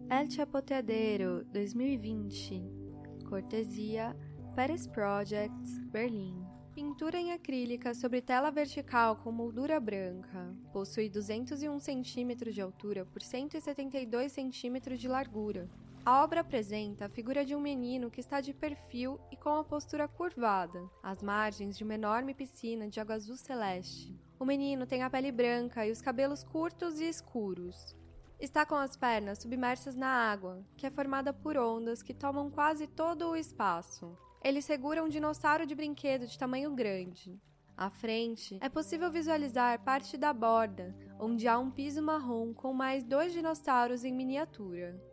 El Chapoteadero 2020, cortesia Paris Projects, Berlim. Pintura em acrílica sobre tela vertical com moldura branca. Possui 201 cm de altura por 172 cm de largura. A obra apresenta a figura de um menino que está de perfil e com a postura curvada, às margens de uma enorme piscina de água azul celeste. O menino tem a pele branca e os cabelos curtos e escuros. Está com as pernas submersas na água, que é formada por ondas que tomam quase todo o espaço. Ele segura um dinossauro de brinquedo de tamanho grande. À frente, é possível visualizar parte da borda, onde há um piso marrom com mais 2 dinossauros em miniatura.